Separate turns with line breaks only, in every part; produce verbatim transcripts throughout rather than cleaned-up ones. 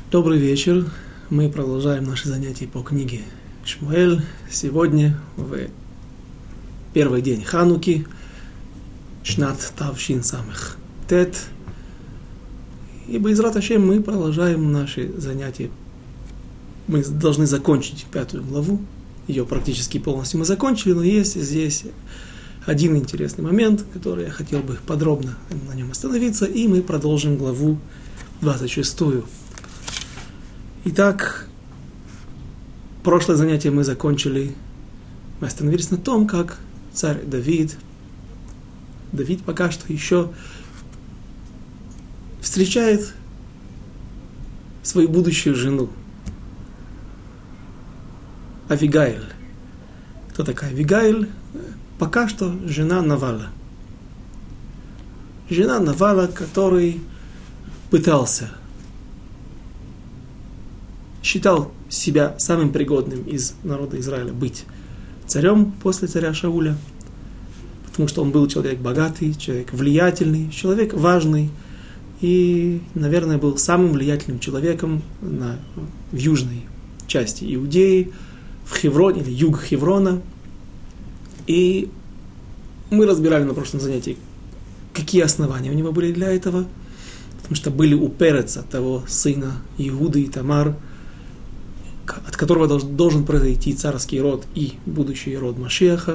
Добрый вечер. Мы продолжаем наши занятия по книге Шмуэль. Сегодня в первый день Хануки, Шнат Тавшин Самых Тет. И Бе'эзрат Ашем мы продолжаем наши занятия. Мы должны закончить пятую главу. Ее практически полностью мы закончили, но есть здесь один интересный момент, который я хотел бы подробно на нем остановиться, и мы продолжим главу двадцать шестую. Итак, прошлое занятие мы закончили, мы остановились на том, как царь Давид, Давид пока что еще встречает свою будущую жену, Авигаиль. Кто такая Авигаиль? Пока что жена Навала. Жена Навала, который пытался, считал себя самым пригодным из народа Израиля быть царем после царя Шауля, потому что он был человек богатый, человек влиятельный, человек важный и, наверное, был самым влиятельным человеком на, в южной части Иудеи, в Хевроне или юг Хеврона. И мы разбирали на прошлом занятии, какие основания у него были для этого, потому что были у Переца, того сына Иуды и Тамар, от которого должен, должен произойти царский род и будущий род Машиаха.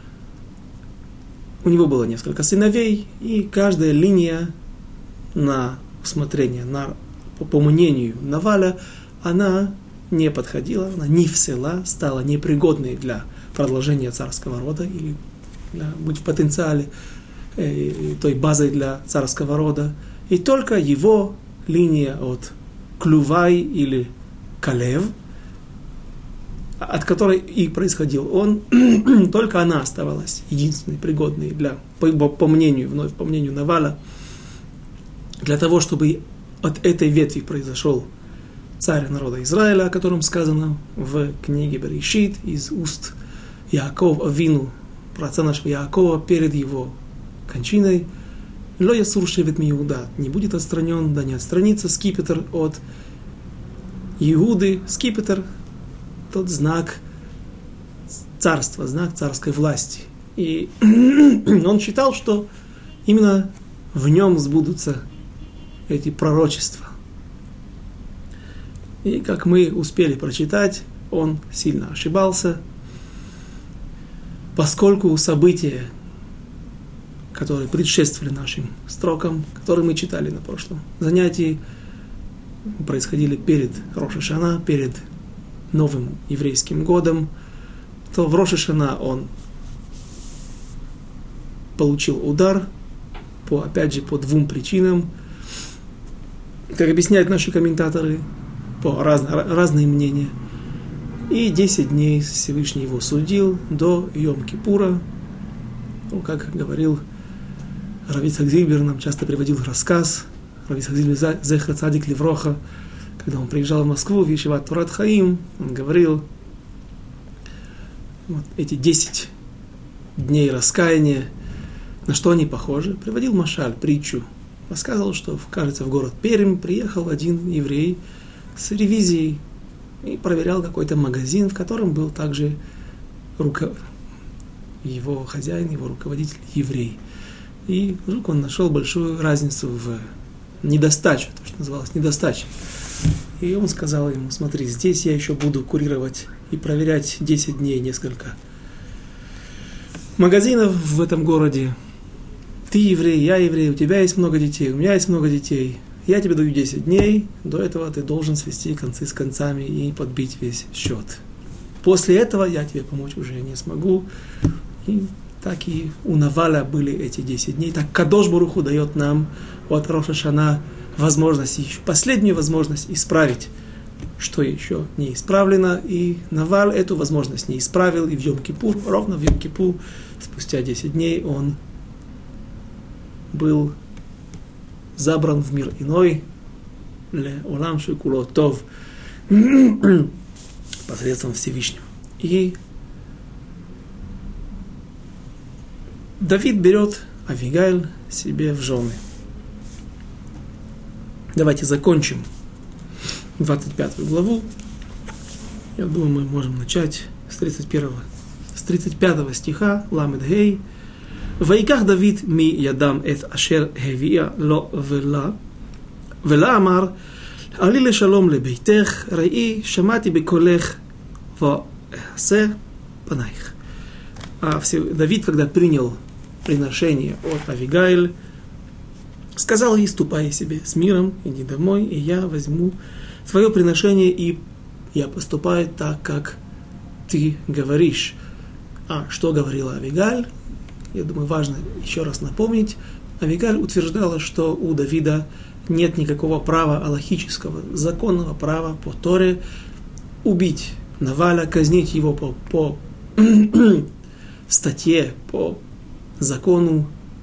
У него было несколько сыновей, и каждая линия на усмотрение, на, по, по мнению Наваля, она не подходила, она не всела, стала непригодной для продолжения царского рода, или для, быть в потенциале э, той базой для царского рода. И только его линия от Клювай или Калев, от которой и происходил он, только она оставалась единственной пригодной для, по, по мнению, вновь по мнению Наваля, для того, чтобы от этой ветви произошел царь народа Израиля, о котором сказано в книге Берешит из уст Яаков Авину, праотца нашего Яакова, перед его кончиной: «Ло ясур шевет ми Иуда», не будет отстранен, да не отстранится скипетр от Иуды. Скипетр — тот знак царства, знак царской власти. И он считал, что именно в нем сбудутся эти пророчества. И, как мы успели прочитать, он сильно ошибался, поскольку события, которые предшествовали нашим строкам, которые мы читали на прошлом занятии, происходили перед Рош ха-Шана, перед Новым еврейским годом, то в Рош ха-Шана он получил удар, по, опять же, по двум причинам. Как объясняют наши комментаторы, по раз, разные мнения. И десять дней Всевышний его судил до Йом-Кипура. Ну, как говорил Рав Ицхак Зильбер, нам часто приводил рассказ Рав Ицхак Зильбер Зехер Цадик Левроха, когда он приезжал в Москву, в Ешиват Турат Хаим, он говорил, вот эти десять дней раскаяния, на что они похожи, приводил машаль, притчу, рассказывал, что, кажется, в город Пермь приехал один еврей с ревизией и проверял какой-то магазин, в котором был также руко... его хозяин, его руководитель еврей. И вдруг он нашел большую разницу в недостаче, то, что называлось недостачей. И он сказал ему: смотри, здесь я еще буду курировать и проверять десять дней несколько магазинов в этом городе. Ты еврей, я еврей, у тебя есть много детей, у меня есть много детей. Я тебе даю десять дней, до этого ты должен свести концы с концами и подбить весь счет. После этого я тебе помочь уже не смогу. И так и у Наваля были эти десять дней. Так Кадош Барух Ху дает нам от Рош ха-Шана возможность, еще последнюю возможность исправить, что еще не исправлено. И Наваль эту возможность не исправил. И в Йом-Кипур, ровно в Йом-Кипур, спустя десять дней, он был забран в мир иной, ле олам шекуло тов, посредством Всевышнего. И Давид берет Авигаиль себе в жены. Давайте закончим двадцать пятую главу. Я думаю, мы можем начать с тридцать первого, с тридцать пятого стиха, ламед гей. ויקח דוד מידם את אשר הביאה לו ולה, ולה אמר, עלי לשלום לביתך, ראי, שמעתי בקולך, ואעשה פנייך. Давид, когда принял приношение от Авигайль, сказал ей: ступай себе с миром, иди домой, и я возьму твое приношение, и я поступаю так, как ты говоришь. А что говорила Авигайль? Я думаю, важно еще раз напомнить. Авигайль утверждала, что у Давида нет никакого права алахического, законного права по Торе убить Наваля, казнить его по, по статье, по закону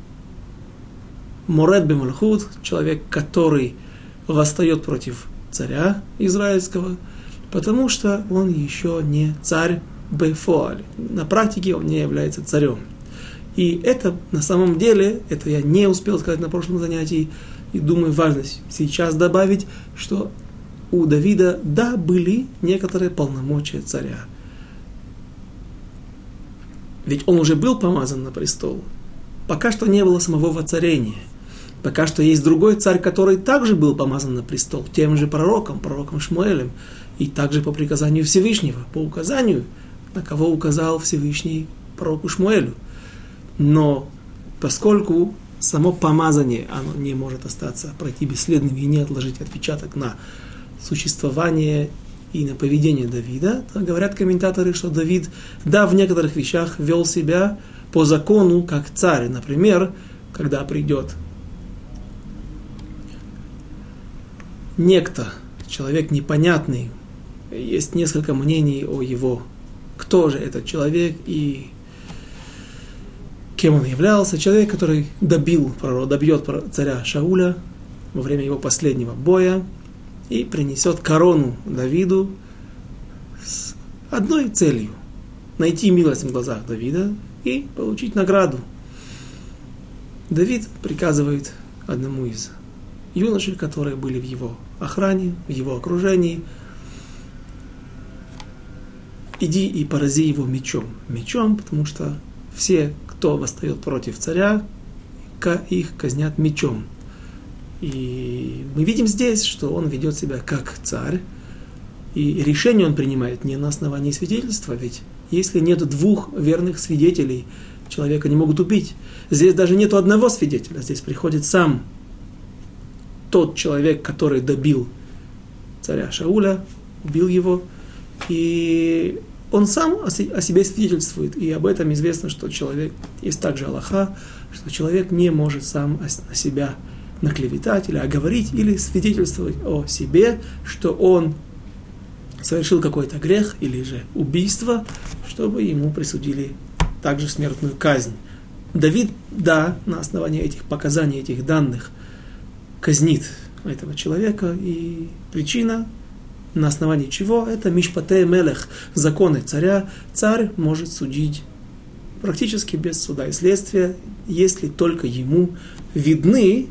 Моред бе-Малхут, человек, который восстает против царя израильского, потому что он еще не царь бе-Фоаль. На практике он не является царем. И это на самом деле, это я не успел сказать на прошлом занятии, и думаю, важно сейчас добавить, что у Давида, да, были некоторые полномочия царя. Ведь он уже был помазан на престол. Пока что не было самого воцарения. Пока что есть другой царь, который также был помазан на престол, тем же пророком, пророком Шмуэлем, и также по приказанию Всевышнего, по указанию, на кого указал Всевышний пророку Шмуэлю. Но поскольку само помазание, оно не может остаться, пройти бесследным и не отложить отпечаток на существование и на поведение Давида, то говорят комментаторы, что Давид, да, в некоторых вещах вел себя по закону как царь. Например, когда придет некто, человек непонятный, есть несколько мнений о его, кто же этот человек и кем он являлся. Человек, который добил, добьет царя Шауля во время его последнего боя и принесет корону Давиду с одной целью – найти милость в глазах Давида и получить награду. Давид приказывает одному из юношей, которые были в его охране, в его окружении: иди и порази его мечом. Мечом, потому что все, кто восстает против царя, их казнят мечом. И мы видим здесь, что он ведет себя как царь, и решение он принимает не на основании свидетельства, ведь если нет двух верных свидетелей, человека не могут убить. Здесь даже нет одного свидетеля, здесь приходит сам тот человек, который добил царя Шауля, убил его, и он сам о себе свидетельствует, и об этом известно, что человек, есть также алаха, что человек не может сам на себя наклеветать или оговорить, или свидетельствовать о себе, что он совершил какой-то грех или же убийство, чтобы ему присудили также смертную казнь. Давид, да, на основании этих показаний, этих данных, казнит этого человека, и причина, на основании чего, это мишпатей мелех, законы царя. Царь может судить практически без суда и следствия, если только ему видны,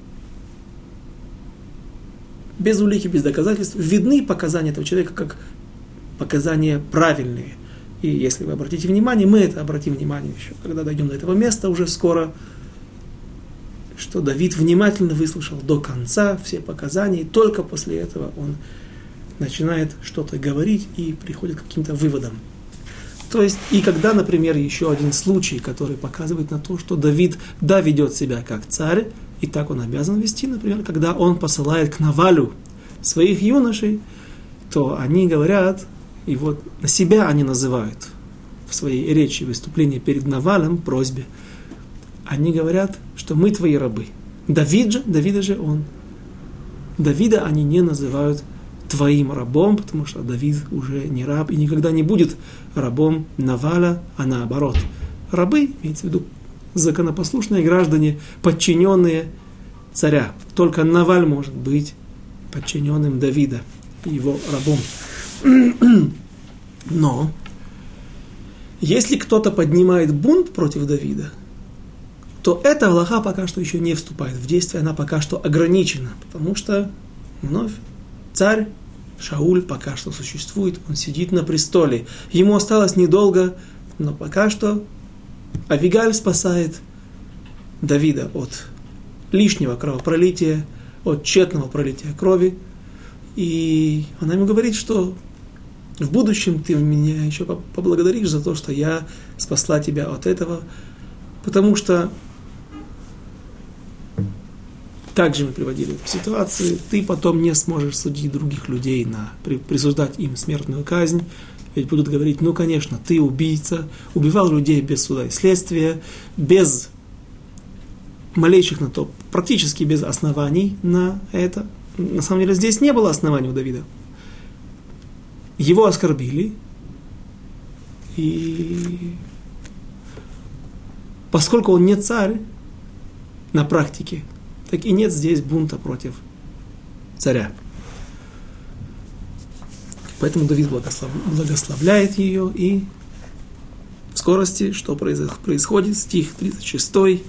без улики, без доказательств, видны показания этого человека как показания правильные. И если вы обратите внимание, мы это обратим внимание еще, когда дойдем до этого места уже скоро, что Давид внимательно выслушал до конца все показания, и только после этого он начинает что-то говорить и приходит к каким-то выводам. То есть, и когда, например, еще один случай, который показывает на то, что Давид, да, ведет себя как царь, и так он обязан вести, например, когда он посылает к Навалю своих юношей, то они говорят, и вот на себя они называют в своей речи, выступлении перед Навалем, просьбе, они говорят, что мы твои рабы. Давид же, Давида же он. Давида они не называют твоим рабом, потому что Давид уже не раб и никогда не будет рабом Наваля, а наоборот. Рабы, имеется в виду законопослушные граждане, подчиненные царя. Только Наваль может быть подчиненным Давида, его рабом. Но если кто-то поднимает бунт против Давида, то эта алаха пока что еще не вступает в действие, она пока что ограничена, потому что вновь царь Шауль пока что существует, он сидит на престоле. Ему осталось недолго, но пока что Авигаль спасает Давида от лишнего кровопролития, от тщетного пролития крови. И она ему говорит, что в будущем ты меня еще поблагодаришь за то, что я спасла тебя от этого, потому что также мы приводили эту ситуацию, ты потом не сможешь судить других людей, на, присуждать им смертную казнь, ведь будут говорить, ну, конечно, ты убийца, убивал людей без суда и следствия, без малейших на то, практически без оснований на это. На самом деле здесь не было оснований у Давида. Его оскорбили, и поскольку он не царь на практике, так и нет здесь бунта против царя. Поэтому Давид благослов... благословляет ее, и в скорости, что происходит, стих тридцать шесть.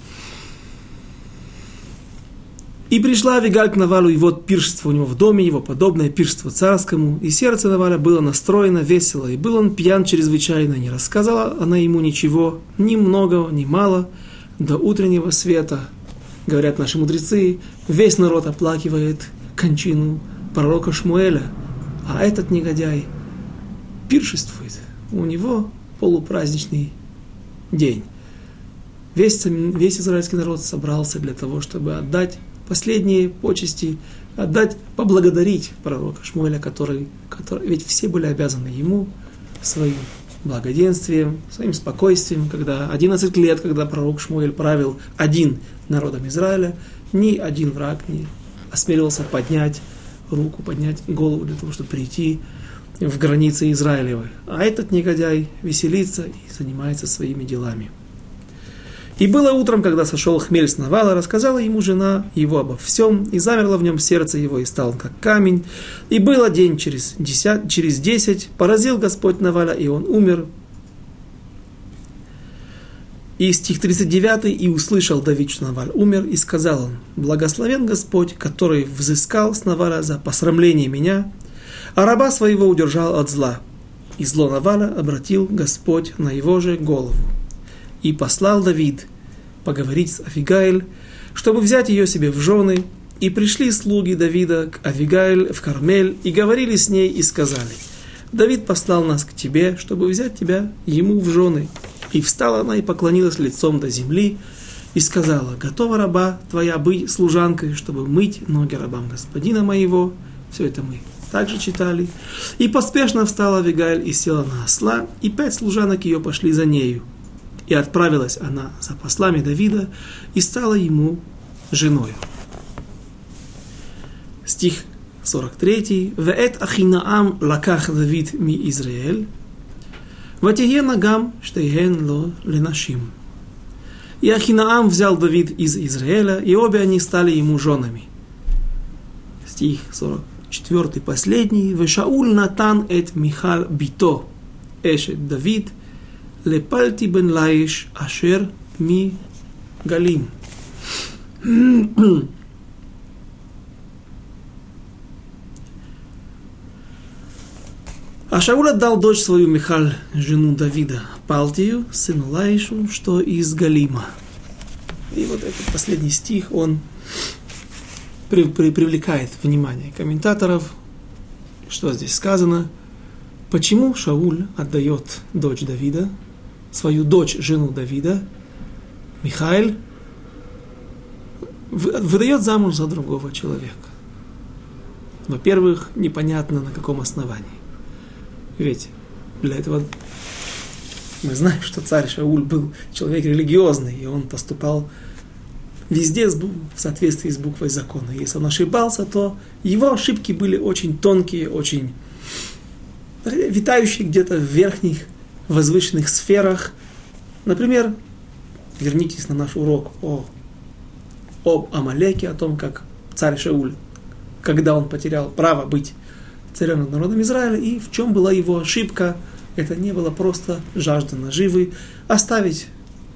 «И пришла Авигаль к Навалу, и вот пиршество у него в доме его, подобное пиршеству царскому, и сердце Наваля было настроено весело, и был он пьян чрезвычайно, не рассказала она ему ничего, ни много, ни мало, до утреннего света». Говорят наши мудрецы, весь народ оплакивает кончину пророка Шмуэля, а этот негодяй пиршествует. У него полупраздничный день. Весь, весь израильский народ собрался для того, чтобы отдать последние почести, отдать, поблагодарить пророка Шмуэля, который, который, ведь все были обязаны ему своим благоденствием, своим спокойствием, когда одиннадцать лет, когда пророк Шмуэль правил один народом Израиля, ни один враг не осмеливался поднять руку, поднять голову для того, чтобы прийти в границы Израилевой. А этот негодяй веселится и занимается своими делами. И было утром, когда сошел хмель с Навала, рассказала ему жена его обо всем, и замерло в нем сердце его, и стал он как камень. И было день через десять, через десять, поразил Господь Наваля, и он умер. И стих тридцать девять, и услышал Давид, что Наваль умер, и сказал он: благословен Господь, который взыскал с Наваля за посрамление меня, а раба своего удержал от зла. И зло Наваля обратил Господь на его же голову. И послал Давид поговорить с Авигаиль, чтобы взять ее себе в жены. И пришли слуги Давида к Авигаиль в Кармель, и говорили с ней, и сказали: Давид послал нас к тебе, чтобы взять тебя ему в жены. И встала она и поклонилась лицом до земли, и сказала: готова раба твоя быть служанкой, чтобы мыть ноги рабам господина моего. Все это мы также читали. И поспешно встала Авигаиль и села на осла, и пять служанок ее пошли за нею. И отправилась она за послами Давида и стала ему женою. Стих сорок три. «Веэт Ахинаам лаках Давид ми Израэль, ватиена гам штейген ло ленашим». И Ахинаам взял Давид из Израиля, и обе они стали ему женами. Стих сорок четыре, последний. «Вешауль натан эт Михал бито эшет Давид, лепальти бен лаиш ашер ми галим». А Шауль отдал дочь свою Михаль, жену Давида, Палтию, сыну Лаишу, что из Галима. И вот этот последний стих, он при, при, привлекает внимание комментаторов. Что здесь сказано? Почему Шауль отдает дочь Давида, свою дочь, жену Давида, Михаэль, выдает замуж за другого человека? Во-первых, непонятно на каком основании. Ведь для этого мы знаем, что царь Шауль был человек религиозный, и он поступал везде в соответствии с буквой закона. Если он ошибался, то его ошибки были очень тонкие, очень витающие где-то в верхних возвышенных сферах. Например, вернитесь на наш урок о, об Амалеке, о том, как царь Шауль, когда он потерял право быть царем над народом Израиля, и в чем была его ошибка. Это не было просто жажда наживы, оставить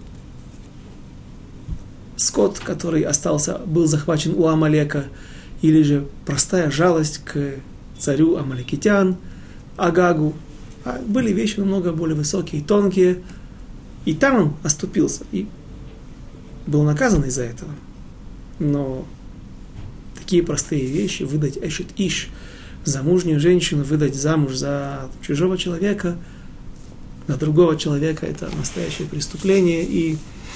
скот, который остался, был захвачен у Амалека, или же простая жалость к царю амаликитян, Агагу. А были вещи намного более высокие и тонкие. И там он оступился и был наказан из-за этого. Но такие простые вещи, выдать эшет иш, замужнюю женщину выдать замуж за чужого человека, за другого человека, это настоящее преступление. И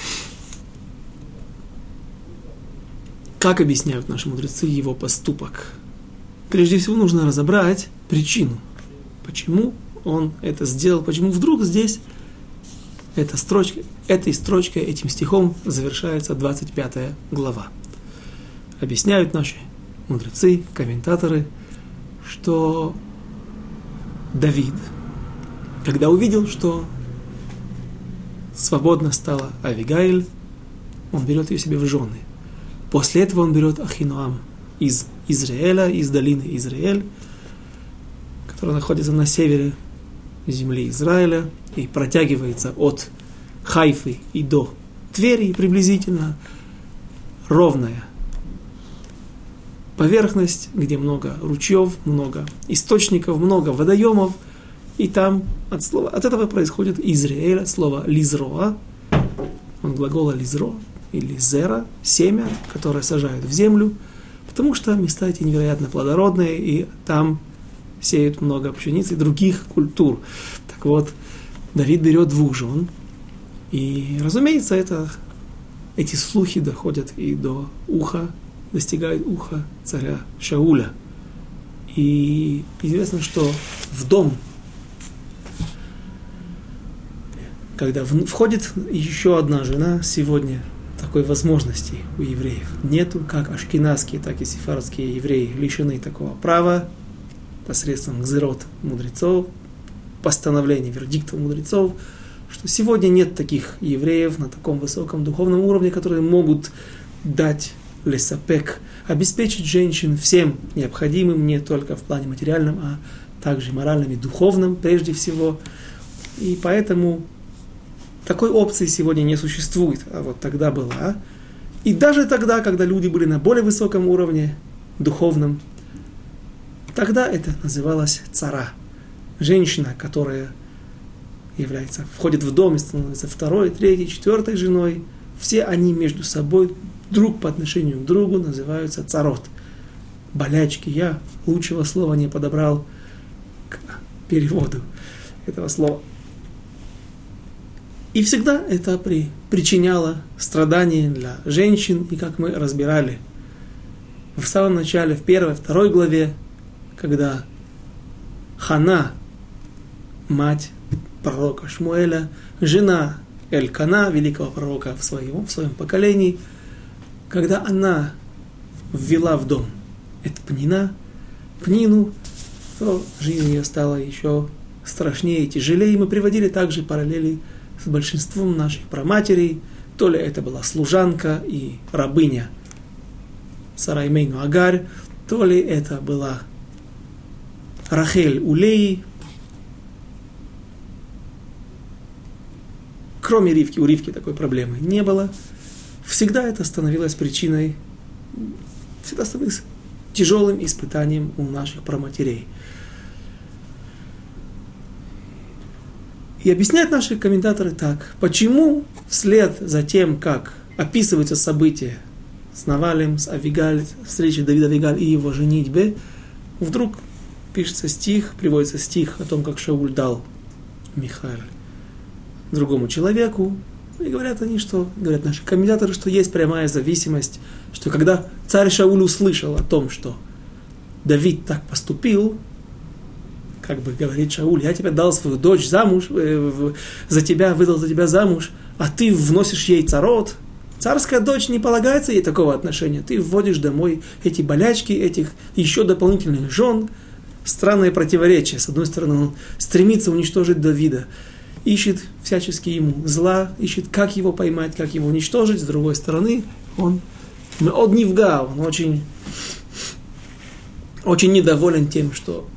как объясняют наши мудрецы его поступок? Прежде всего нужно разобрать причину, почему он это сделал, почему вдруг здесь эта строчка, этой строчкой, этим стихом завершается двадцать пятая глава. Объясняют наши мудрецы, комментаторы, что Давид, когда увидел, что свободно стала Авигаиль, он берет ее себе в жены. После этого он берет Ахинуам из Израиля, из долины Израиль, которая находится на севере земли Израиля и протягивается от Хайфы и до Твери, приблизительно ровная поверхность, где много ручьев, много источников, много водоемов, и там от, слова, от этого происходит Израиль, от слова лизроа, от глагола лизро или зера, семя, которое сажают в землю, потому что места эти невероятно плодородные, и там сеют много пшеницы и других культур. Так вот, Давид берет двух жен, и, разумеется, это, эти слухи доходят и до уха, достигают уха царя Шауля. И известно, что в дом, когда входит еще одна жена, сегодня такой возможности у евреев нету, как ашкеназские, так и сефардские евреи лишены такого права посредством гзерот мудрецов, постановлений, вердиктов мудрецов, что сегодня нет таких евреев на таком высоком духовном уровне, которые могут дать лесапек, обеспечить женщин всем необходимым, не только в плане материальном, а также моральным и духовным прежде всего. И поэтому такой опции сегодня не существует, а вот тогда была. И даже тогда, когда люди были на более высоком уровне духовном, тогда это называлось цара. Женщина, которая является, входит в дом и становится второй, третьей, четвертой женой, все они между собой, друг по отношению к другу, называются царот. Болячки. Я лучшего слова не подобрал к переводу этого слова. И всегда это при, причиняло страдания для женщин, и как мы разбирали в самом начале, в первой, второй главе, когда Хана, мать пророка Шмуэля, жена Элькана, великого пророка в своем, в своем поколении, когда она ввела в дом эту Пнина, Пнину, то жизнь ее стала еще страшнее и тяжелее. И мы приводили также параллели с большинством наших праматерей. То ли это была служанка и рабыня Сараймейну Агарь, то ли это была Рахель у Леи. Кроме Ривки, у Ривки такой проблемы не было. Всегда это становилось причиной, всегда становилось тяжелым испытанием у наших праматерей. И объясняют наши комментаторы так: почему вслед за тем, как описываются события с Навалем, с Авигаль, встречи Давида Авигаль и его женитьбе, вдруг пишется стих, приводится стих о том, как Шауль дал Михаль другому человеку. И говорят они, что, говорят наши комментаторы, что есть прямая зависимость, что когда царь Шауль услышал о том, что Давид так поступил, как бы говорит Шауль: я тебе дал свою дочь замуж, э, за тебя, выдал за тебя замуж, а ты вносишь ей царот. Царская дочь, не полагается ей такого отношения. Ты вводишь домой эти болячки, этих еще дополнительных жен. Странное противоречие. С одной стороны, он стремится уничтожить Давида, ищет всячески ему зла, ищет, как его поймать, как его уничтожить. С другой стороны, он от нивга, он очень, очень недоволен тем, что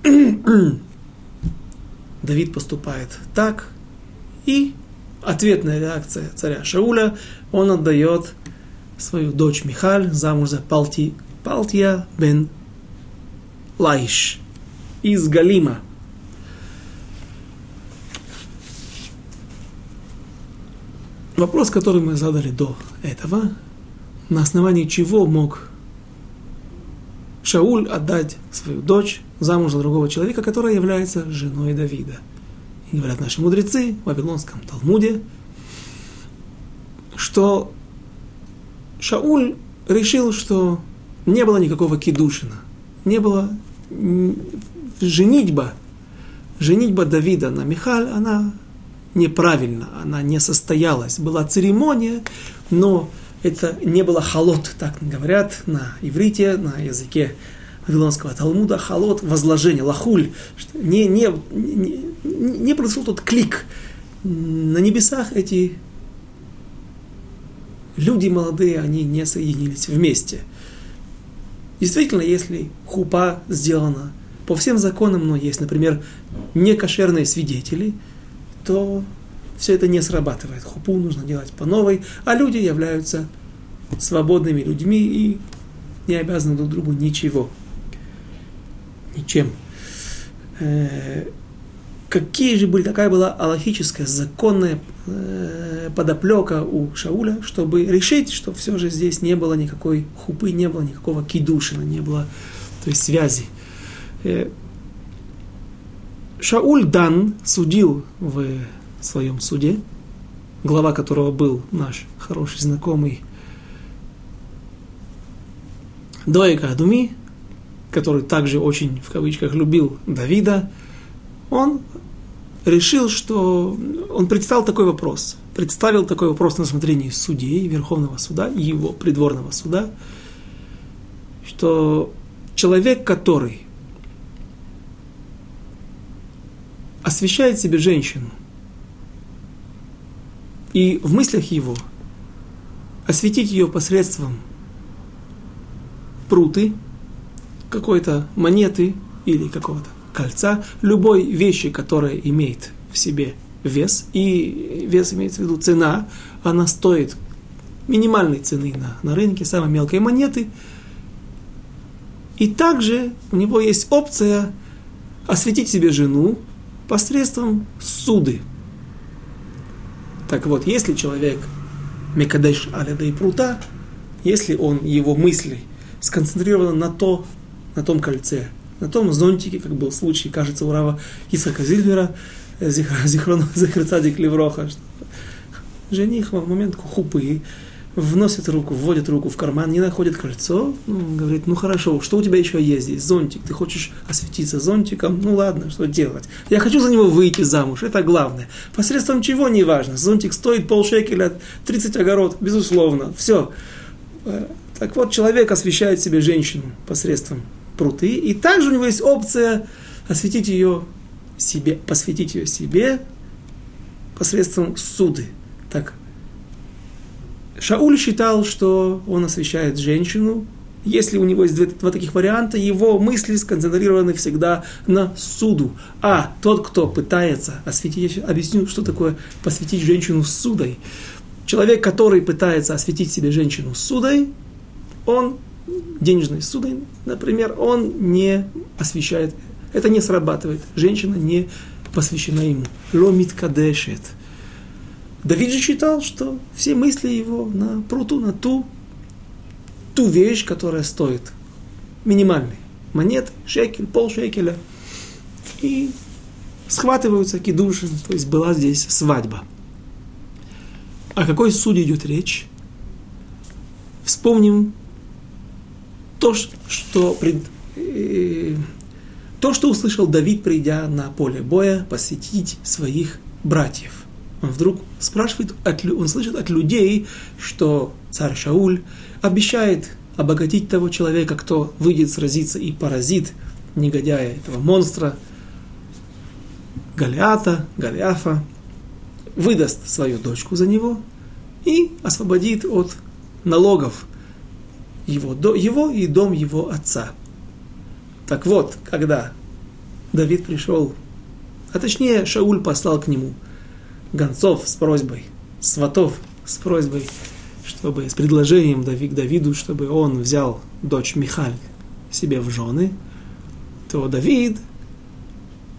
Давид поступает так. И ответная реакция царя Шауля: он отдает свою дочь Михаль замуж за Палти, Палтия бен Лаиш. из Галима. Вопрос, который мы задали до этого, на основании чего мог Шауль отдать свою дочь замуж за другого человека, который является женой Давида. И говорят наши мудрецы в Вавилонском Талмуде, что Шауль решил, что не было никакого кидушина, не было женитьба, женитьба Давида на Михаль, она неправильно, она не состоялась. Была церемония, но это не было халот, так говорят на иврите, на языке Вавилонского Талмуда, халот, возложение, лахуль, не, не, не, не произошел тот клик. На небесах эти люди молодые, они не соединились вместе. Действительно, если хупа сделана по всем законам, но есть, например, некошерные свидетели, то все это не срабатывает. Хупу нужно делать по новой, а люди являются свободными людьми и не обязаны друг другу ничего. Ничем. Э-э- какие же были, какая была алахическая, законная э- подоплека у Шауля, чтобы решить, что все же здесь не было никакой хупы, не было никакого кидушина, не было той связи. Э- Шауль дан судил в своем суде, глава которого был наш хороший знакомый Доeg Адуми, который также очень, в кавычках, любил Давида. Он решил, что... Он представил такой вопрос. Представил такой вопрос на рассмотрении судей Верховного суда и его придворного суда, что человек, который освящает себе женщину, и в мыслях его осветить ее посредством пруты, какой-то монеты или какого-то кольца, любой вещи, которая имеет в себе вес, и вес имеется в виду цена, она стоит минимальной цены на, на рынке, самой мелкой монеты, и также у него есть опция осветить себе жену посредством суды. Так вот, если человек мекадеш аль-ядей прута, если он, его мысли сконцентрированы на, то, на том кольце, на том зонтике, как был случай, кажется, у Рава Ицхака Зильбера, Зихрон Цадик Левроха, жених в момент хупы вносит руку, вводит руку в карман, не находит кольцо, ну, говорит, ну хорошо, что у тебя еще есть здесь? Зонтик, ты хочешь осветиться зонтиком? Ну ладно, что делать? Я хочу за него выйти замуж, это главное. Посредством чего, не важно. Зонтик стоит полшекеля, тридцать огород, безусловно, все. Так вот, человек освещает себе женщину посредством пруты, и также у него есть опция осветить ее себе, посвятить ее себе посредством суды. Так, Шауль считал, что он освещает женщину. Если у него есть два, два таких варианта, его мысли сконцентрированы всегда на суду. А тот, кто пытается осветить, я объясню, что такое посвятить женщину судой. Человек, который пытается осветить себе женщину судой, он, денежной судой, например, он не освещает, это не срабатывает. Женщина не посвящена ему. Ло миткадешет. Давид же считал, что все мысли его на пруту, на ту, ту вещь, которая стоит минимальной монеты, шекель, полшекеля, и схватываются кидушин, то есть была здесь свадьба. О какой суде идет речь? Вспомним то, что, пред, э, то, что услышал Давид, придя на поле боя, посвятить своих братьев. Он вдруг спрашивает, он слышит от людей, что царь Шауль обещает обогатить того человека, кто выйдет сразиться и поразит негодяя, этого монстра, Голиата, Голиафа, выдаст свою дочку за него и освободит от налогов его, его и дом его отца. Так вот, когда Давид пришел, а точнее Шауль послал к нему гонцов с просьбой, сватов с просьбой, чтобы, с предложением Давид, Давиду, чтобы он взял дочь Михаль себе в жены, то Давид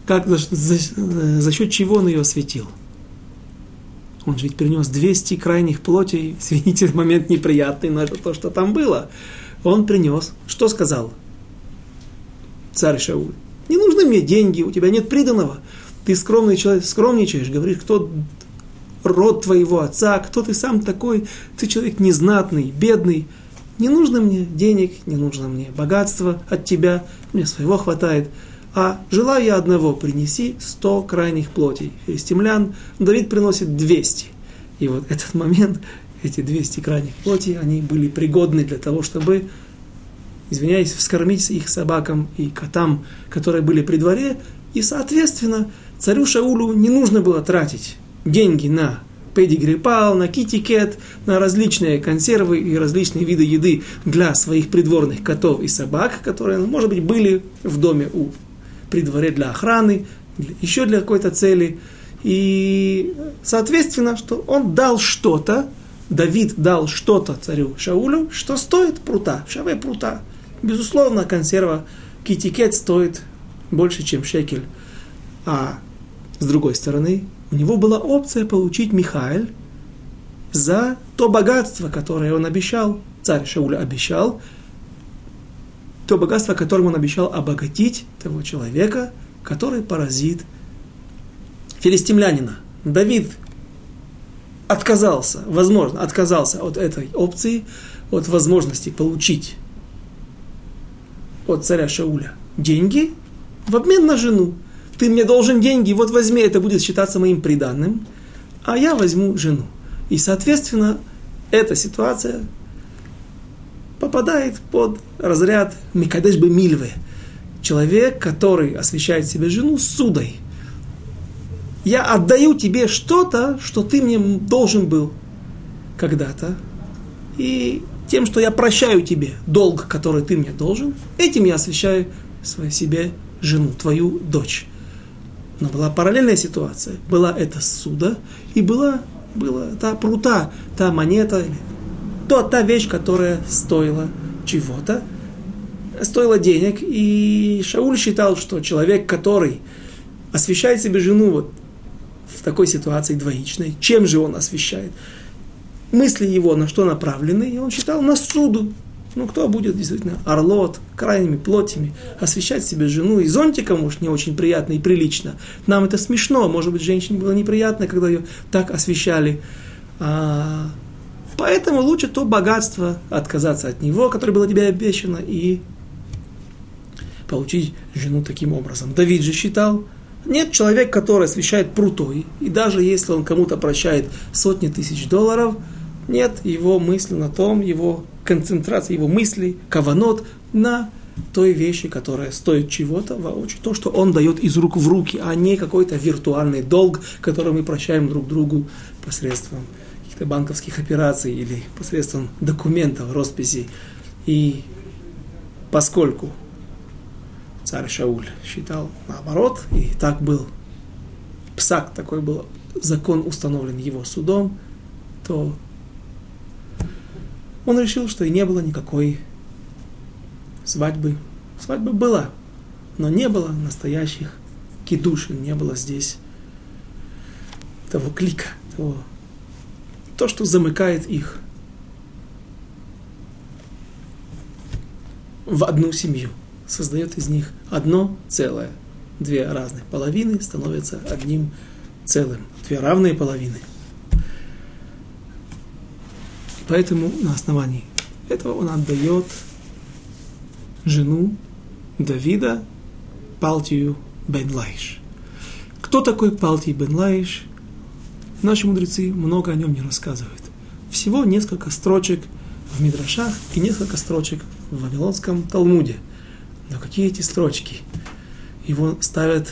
как, за, за, за счет чего он ее осветил? Он же ведь принес двести крайних плотей. Извините, момент неприятный, но это то, что там было. Он принес. Что сказал царь Шауль? Не нужны мне деньги, у тебя нет приданого. Ты скромный человек, скромничаешь, говоришь, кто род твоего отца, кто ты сам такой, ты человек незнатный, бедный. Не нужно мне денег, не нужно мне богатства от тебя, мне своего хватает. А желаю я одного, принеси сто крайних плотей. Филистимлян Давид приносит двести. И вот этот момент, эти двести крайних плотей, они были пригодны для того, чтобы, извиняюсь, вскормить их собакам и котам, которые были при дворе. И, соответственно, царю Шаулю не нужно было тратить деньги на педигри-пал, на китикет, на различные консервы и различные виды еды для своих придворных котов и собак, которые, может быть, были в доме у при дворе для охраны, еще для какой-то цели. И, соответственно, что он дал что-то, Давид дал что-то царю Шаулю, что стоит прута, шаве прута. Безусловно, консерва китикет стоит больше, чем шекель. А с другой стороны, у него была опция получить Михаэль за то богатство, которое он обещал, царь Шауль обещал, то богатство, которым он обещал обогатить того человека, который поразит филистимлянина. Давид отказался, возможно, отказался от этой опции, от возможности получить от царя Шауля деньги в обмен на жену. Ты мне должен деньги, вот возьми, это будет считаться моим приданным, а я возьму жену. И, соответственно, эта ситуация попадает под разряд Микадеш бе Мильве. Человек, который освящает себе жену судой. Я отдаю тебе что-то, что ты мне должен был когда-то. И тем, что я прощаю тебе долг, который ты мне должен, этим я освящаю своей себе жену, твою дочь. Но была параллельная ситуация. Была эта суда, и была, была та прута, та монета, то, та вещь, которая стоила чего-то, стоила денег. И Шауль считал, что человек, который освящает себе жену вот в такой ситуации двоичной, чем же он освящает? Мысли его на что направлены? И он считал на суду. Ну, кто будет действительно орлот, крайними плотями, освящать себе жену и зонтиком уж не очень приятно и прилично. Нам это смешно, может быть, женщине было неприятно, когда ее так освящали. А, поэтому лучше то богатство, отказаться от него, которое было тебе обещано, и получить жену таким образом. Давид же считал, нет, человек, который освящает прутой, и даже если он кому-то прощает сотни тысяч долларов, нет, его мысли на том, его концентрация, его мыслей, каванот на той вещи, которая стоит чего-то, воочию, то, что он дает из рук в руки, а не какой-то виртуальный долг, который мы прощаем друг другу посредством каких-то банковских операций или посредством документов, росписей. И поскольку царь Шауль считал наоборот, и так был псак, такой был закон установлен его судом, то он решил, что и не было никакой свадьбы. Свадьба была, но не было настоящих кидушин, не было здесь того клика, того, то, что замыкает их в одну семью, создает из них одно целое. Две разных половины становятся одним целым. Две равные половины. Поэтому на основании этого он отдает жену Давида Палтию бен Лаиш. Кто такой Палтий бен Лаиш? Наши мудрецы много о нем не рассказывают. Всего несколько строчек в Мидрашах и несколько строчек в Вавилонском Талмуде. Но какие эти строчки? Его ставят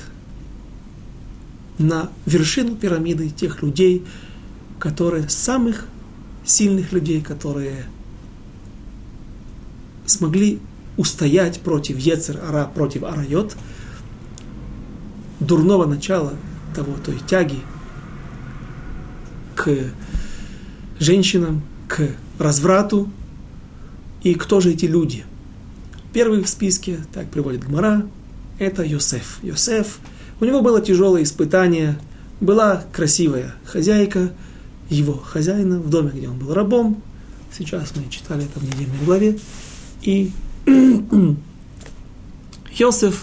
на вершину пирамиды тех людей, которые самых сильных людей, которые смогли устоять против Ецер-ара, против Арайот, дурного начала того, той тяги к женщинам, к разврату. И кто же эти люди? Первый в списке, так приводит Гмара, это Йосеф. Йосеф У него было тяжелое испытание. Была красивая хозяйка, его хозяина в доме, где он был рабом. Сейчас мы читали это в недельной главе. И Йосеф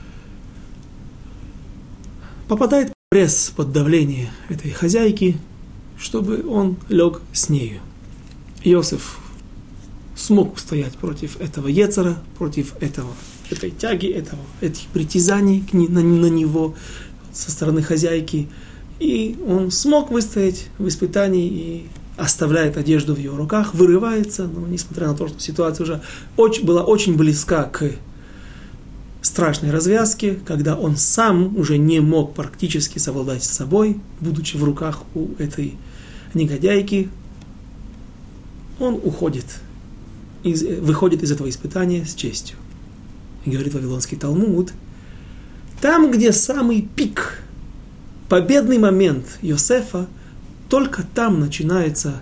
попадает в пресс под давление этой хозяйки, чтобы он лег с нею. Йосеф смог устоять против этого Ецера, против этого, этой тяги, этого, этих притязаний к не, на, на него со стороны хозяйки. И он смог выстоять в испытании и оставляет одежду в ее руках, вырывается, но несмотря на то, что ситуация уже очень, была очень близка к страшной развязке, когда он сам уже не мог практически совладать с собой, будучи в руках у этой негодяйки, он уходит, из, выходит из этого испытания с честью. И говорит Вавилонский Талмуд, там, где самый пик, победный момент Йосефа, только там начинаются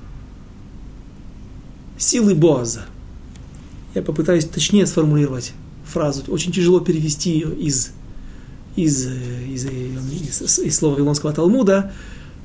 силы Боаза. Я попытаюсь точнее сформулировать фразу. Очень тяжело перевести ее из, из, из, из, из, из слова Вавилонского Талмуда.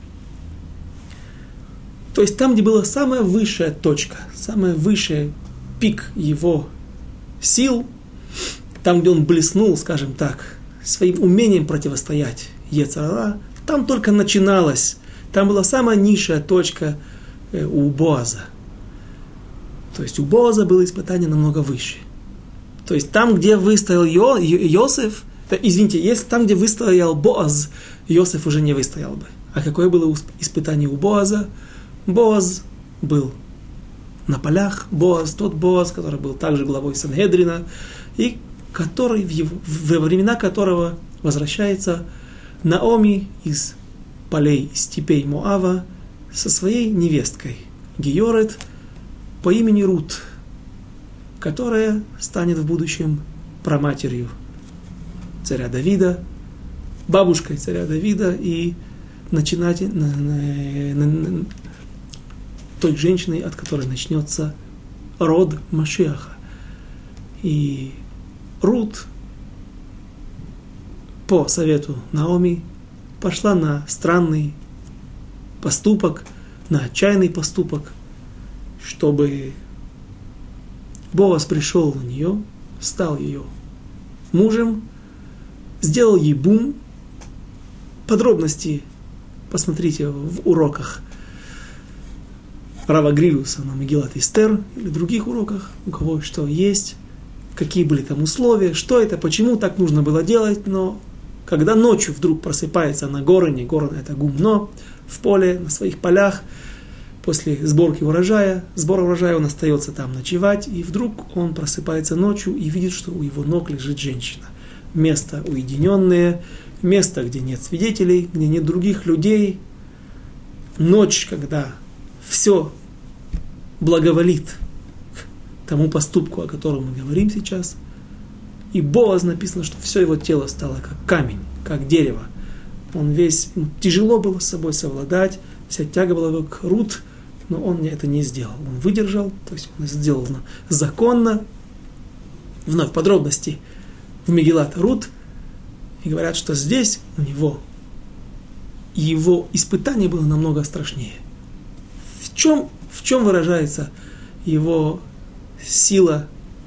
То есть там, где была самая высшая точка, самый высший пик его сил, там, где он блеснул, скажем так, своим умением противостоять Йецер ара, там только начиналось. Там была самая низшая точка у Боаза. То есть у Боаза было испытание намного выше. То есть там, где выстоял Йо, Йосеф, да, извините, если там, где выстоял Боаз, Йосеф уже не выстоял бы. А какое было испытание у Боаза? Боаз был на полях, Боаз, тот Боаз, который был также главой Сангедрина, и который, в его, во времена которого возвращается Наоми из полей степей Моава со своей невесткой Георет по имени Рут, которая станет в будущем праматерью царя Давида, бабушкой царя Давида и начинать на, на, на, на, той женщиной, от которой начнется род Машиаха. И Рут по совету Наоми пошла на странный поступок, на отчаянный поступок, чтобы Боаз пришел на нее, стал ее мужем, сделал ей бум. Подробности посмотрите в уроках Рава Грилюса на Мегилат Эстер или других уроках, у кого что есть, какие были там условия, что это, почему так нужно было делать. Но когда ночью вдруг просыпается на гороне, горон это гумно, в поле, на своих полях, после сборки урожая, сбора урожая он остается там ночевать, и вдруг он просыпается ночью и видит, что у его ног лежит женщина. Место уединенное, место, где нет свидетелей, где нет других людей. Ночь, когда все благоволит к тому поступку, о котором мы говорим сейчас. И Боаз написано, что все его тело стало как камень, как дерево. Он весь, ему тяжело было с собой совладать, вся тяга была к Рут, но он это не сделал. Он выдержал, то есть он сделал законно. Вновь подробности в Мегилат Рут. И говорят, что здесь у него его испытание было намного страшнее. В чем, в чем выражается его сила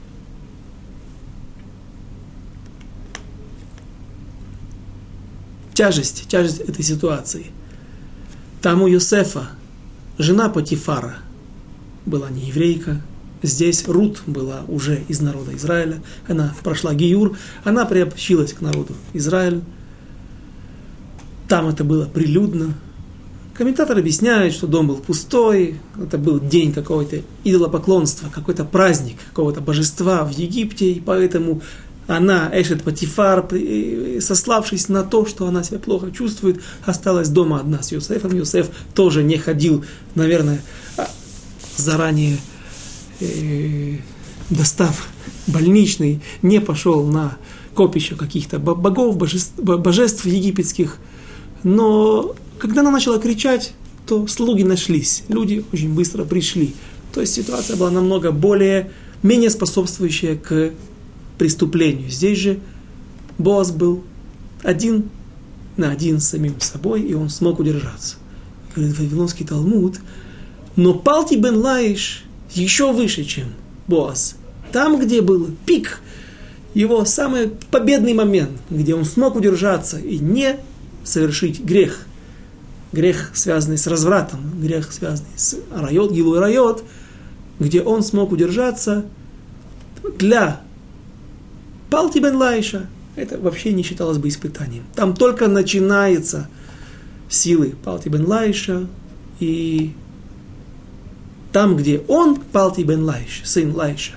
тяжесть, тяжесть этой ситуации? Там у Йосефа жена Потифара была не еврейка. Здесь Рут была уже из народа Израиля. Она прошла гиюр, она приобщилась к народу Израиля. Там это было прилюдно. Комментаторы объясняют, что дом был пустой, это был день какого-то идолопоклонства, какой-то праздник какого-то божества в Египте, и поэтому она, Эшет Потифар, сославшись на то, что она себя плохо чувствует, осталась дома одна с Йосефом. Йосеф тоже не ходил, наверное, заранее э, достав больничный, не пошел на копище каких-то богов, божеств, божеств египетских. Но когда она начала кричать, то слуги нашлись, люди очень быстро пришли. То есть ситуация была намного более, менее способствующая к преступлению. Здесь же Боаз был один на один с самим собой, и он смог удержаться. Говорит Вавилонский Талмуд, но Палти бен Лаиш еще выше, чем Боаз. Там, где был пик, его самый победный момент, где он смог удержаться и не совершить грех. Грех, связанный с развратом, грех, связанный с райот, гилу и райот, где он смог удержаться для Палти бен Лаиша. Это вообще не считалось бы испытанием. Там только начинается силы Палти бен Лаиша, и там, где он, Палти бен Лаиш, сын Лаиша,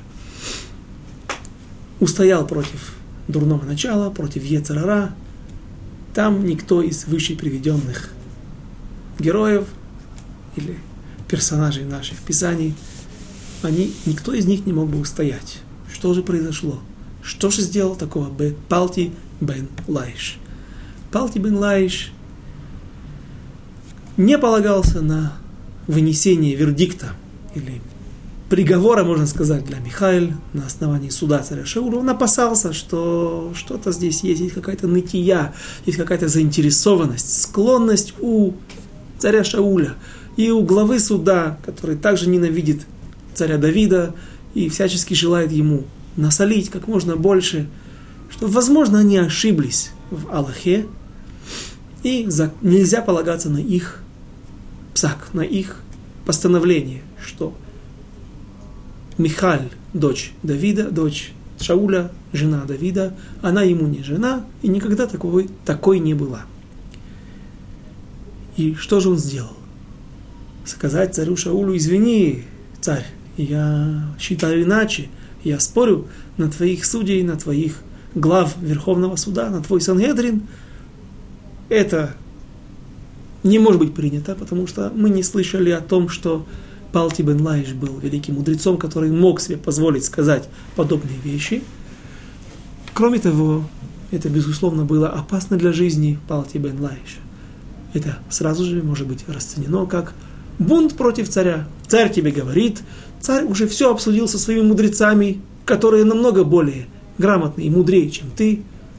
устоял против дурного начала, против Йецер ара, там никто из выше приведенных героев или персонажей наших писаний, они, никто из них не мог бы устоять. Что же произошло? Что же сделал такого Палти бен Лаиш? Палти бен Лаиш не полагался на вынесение вердикта или приговора, можно сказать, для Михаэля на основании суда царя Шауля. Он опасался, что что-то здесь есть, есть какая-то нытья, есть какая-то заинтересованность, склонность у царя Шауля и у главы суда, который также ненавидит царя Давида и всячески желает ему насолить как можно больше, что, возможно, они ошиблись в Аллахе, и за, нельзя полагаться на их псак, на их постановление, что Михаль, дочь Давида, дочь Шауля, жена Давида, она ему не жена, и никогда такой, такой не была. И что же он сделал? Сказать царю Шаулю: извини, царь, я считаю иначе, я спорю на твоих судей, на твоих глав Верховного суда, на твой Сангедрин. Это не может быть принято, потому что мы не слышали о том, что Палти бен Лаиш был великим мудрецом, который мог себе позволить сказать подобные вещи. Кроме того, это, безусловно, было опасно для жизни Палти бен Лаиша. Это сразу же может быть расценено как бунт против царя. Царь тебе говорит, царь уже все обсудил со своими мудрецами, которые намного более грамотные и мудрее, чем ты.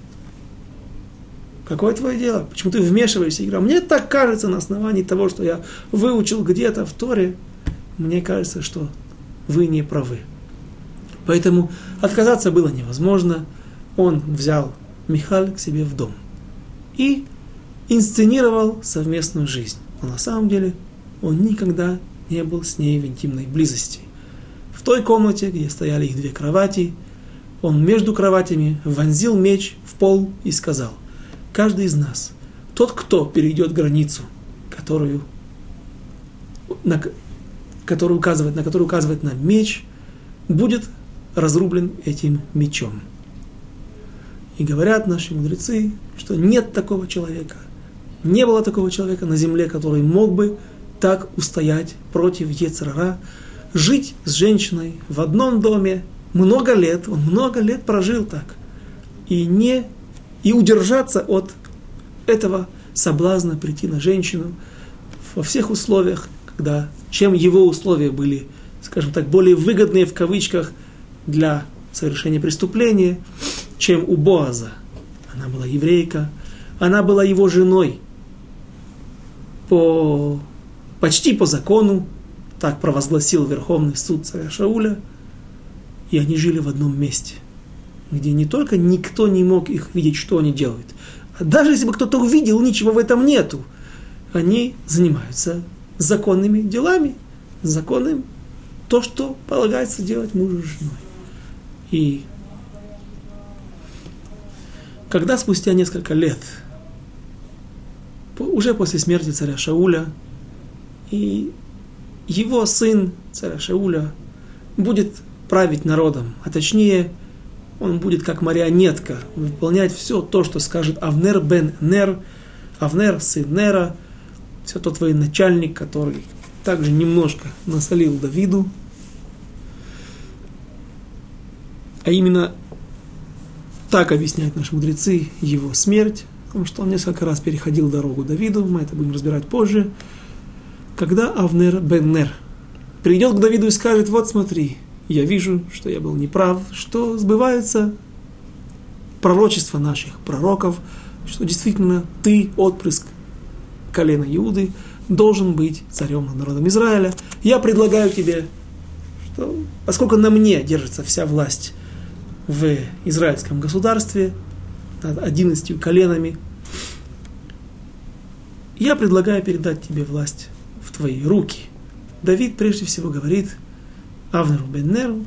Какое твое дело? Почему ты вмешиваешься в игру? Мне так кажется, на основании того, что я выучил где-то в Торе, мне кажется, что вы не правы. Поэтому отказаться было невозможно. Он взял Михаль к себе в дом и инсценировал совместную жизнь. Но на самом деле он никогда не был с ней в интимной близости. В той комнате, где стояли их две кровати, он между кроватями вонзил меч в пол и сказал: каждый из нас, тот, кто перейдет границу, которую, на, которую указывает, на которую указывает нам меч, будет разрублен этим мечом. И говорят наши мудрецы, что нет такого человека, не было такого человека на земле, который мог бы так устоять против Йецер ара, жить с женщиной в одном доме много лет, он много лет прожил так, и не и удержаться от этого соблазна прийти на женщину во всех условиях, когда, чем его условия были, скажем так, более выгодные в кавычках для совершения преступления, чем у Боаза. Она была еврейка, она была его женой по, почти по закону, так провозгласил Верховный суд царя Шауля, и они жили в одном месте, где не только никто не мог их видеть, что они делают, а даже если бы кто-то увидел, ничего в этом нету. Они занимаются законными делами, законным, то, что полагается делать мужу с женой. И когда спустя несколько лет, уже после смерти царя Шауля, и его сын царя Шауля будет править народом, а точнее, он будет как марионетка выполнять все то, что скажет Авнер бен Нер, Авнер, сын Нера, все тот военачальник, который также немножко насолил Давиду. А именно так объясняют наши мудрецы его смерть, потому что он несколько раз переходил дорогу Давиду, мы это будем разбирать позже. Когда Авнер бен Нер придет к Давиду и скажет: вот смотри, я вижу, что я был неправ, что сбывается пророчество наших пророков что действительно ты, отпрыск колена Иуды, должен быть царем над народом Израиля. Я предлагаю тебе, что поскольку на мне держится вся власть в израильском государстве, над одиннадцатью коленами, я предлагаю передать тебе власть в твои руки. Давид прежде всего говорит Авнеру бен Неру: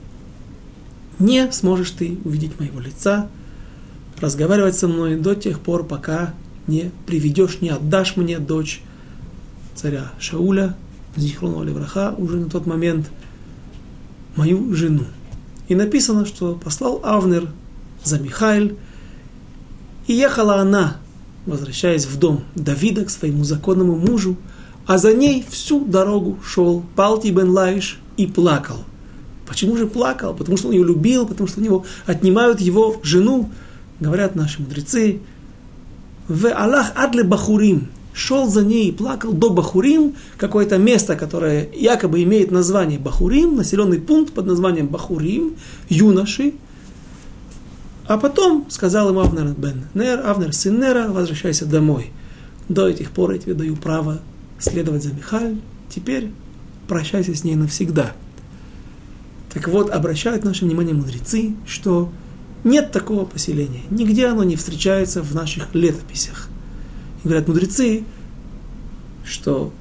не сможешь ты увидеть моего лица, разговаривать со мной до тех пор, пока не приведешь, не отдашь мне дочь царя Шауля, Зихрону левраха, уже на тот момент мою жену. И написано, что послал Авнер за Михаэль, и ехала она, возвращаясь в дом Давида к своему законному мужу, а за ней всю дорогу шел Палти бен Лаиш и плакал. Почему же плакал? Потому что он ее любил, потому что у него отнимают его жену. Говорят наши мудрецы: «В Аллах адле Бахурим», шел за ней и плакал до Бахурим, какое-то место, которое якобы имеет название Бахурим, населенный пункт под названием Бахурим, юноши. А потом сказал ему Авнер бен Нер: Авнер, сын Нера, возвращайся домой. До этих пор я тебе даю право следовать за Михаэль, теперь прощайся с ней навсегда. Так вот, обращают наше внимание мудрецы, что нет такого поселения, нигде оно не встречается в наших летописях. И говорят мудрецы, что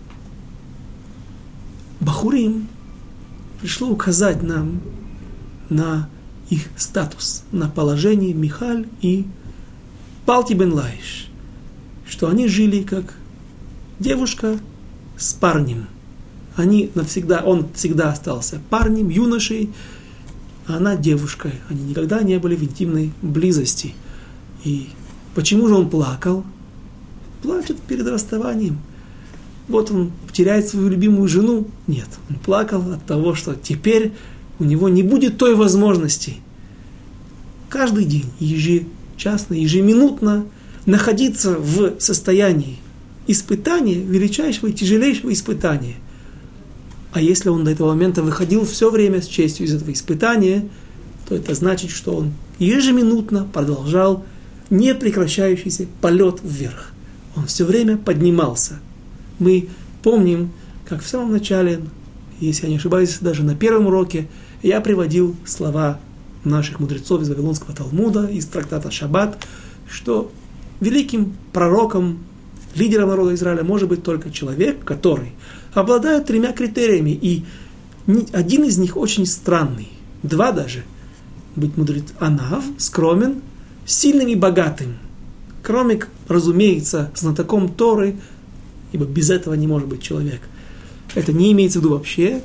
Бахурим пришло указать нам на их статус, на положение Михаль и Палти бен Лаиш, что они жили как девушка с парнем. Они навсегда, он всегда остался парнем, юношей, а она девушкой. Они никогда не были в интимной близости. И почему же он плакал? Плачет перед расставанием. Вот он теряет свою любимую жену. Нет, он плакал от того, что теперь у него не будет той возможности каждый день, ежечасно, ежеминутно находиться в состоянии испытания, величайшего и тяжелейшего испытания. А если он до этого момента выходил все время с честью из этого испытания, то это значит, что он ежеминутно продолжал непрекращающийся полет вверх. Он все время поднимался. Мы помним, как в самом начале, если я не ошибаюсь, даже на первом уроке, я приводил слова наших мудрецов из Вавилонского Талмуда, из трактата Шаббат, что великим пророком, лидером народа Израиля может быть только человек, который обладает тремя критериями, и один из них очень странный, два даже. Быть мудрец анав, скромен, сильным и богатым. Кроме, разумеется, знатоком Торы, ибо без этого не может быть человек. Это не имеется в виду вообще.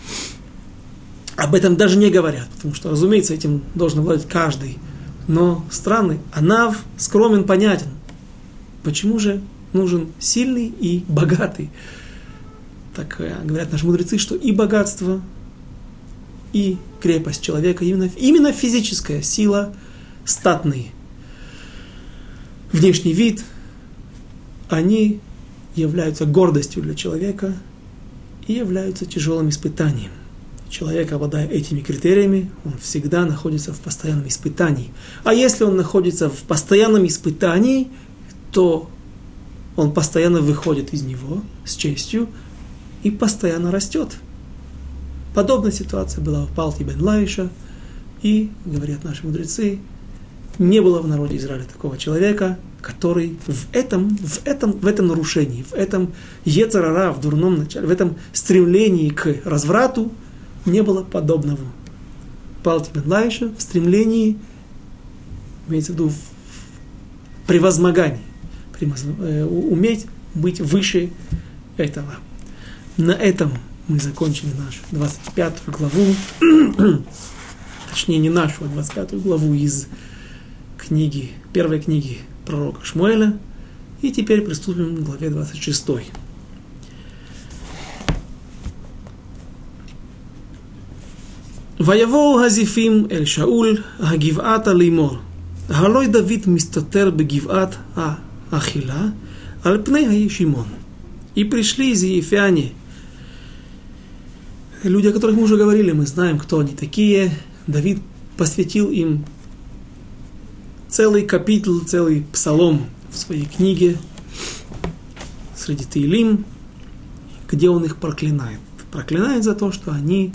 Об этом даже не говорят, потому что, разумеется, этим должен обладать каждый. Но странный, анав, скромен, понятен. Почему же нужен сильный и богатый? Так говорят наши мудрецы, что и богатство, и крепость человека, именно, именно физическая сила, статные, внешний вид, они являются гордостью для человека и являются тяжелым испытанием. Человек, обладая этими критериями, он всегда находится в постоянном испытании. А если он находится в постоянном испытании, то он постоянно выходит из него с честью и постоянно растет. Подобная ситуация была у Палти бен Лаиша, и, говорят наши мудрецы, не было в народе Израиля такого человека, который в этом, в этом, в этом нарушении, в этом йецер ара, в дурном начале, в этом стремлении к разврату не было подобного. Палти бен Лаиша в стремлении, имеется в виду, в превозмогании, уметь быть выше этого. На этом мы закончили нашу двадцать пятую главу, точнее не нашу, а двадцать пятую главу из книги, первой книги пророка Шмуэля, и теперь приступим к главе двадцать шестой. ויבואו הזיפים אל שאול הגבעתה לאמור, הלוי דוד מסתתר בגבעת האכילה על פני הישימון. И пришли зиефяне, люди, о которых мы уже говорили, мы знаем, кто они такие. Давид посвятил им целый капитул, целый псалом в своей книге среди Теилим, где он их проклинает. Проклинает за то, что они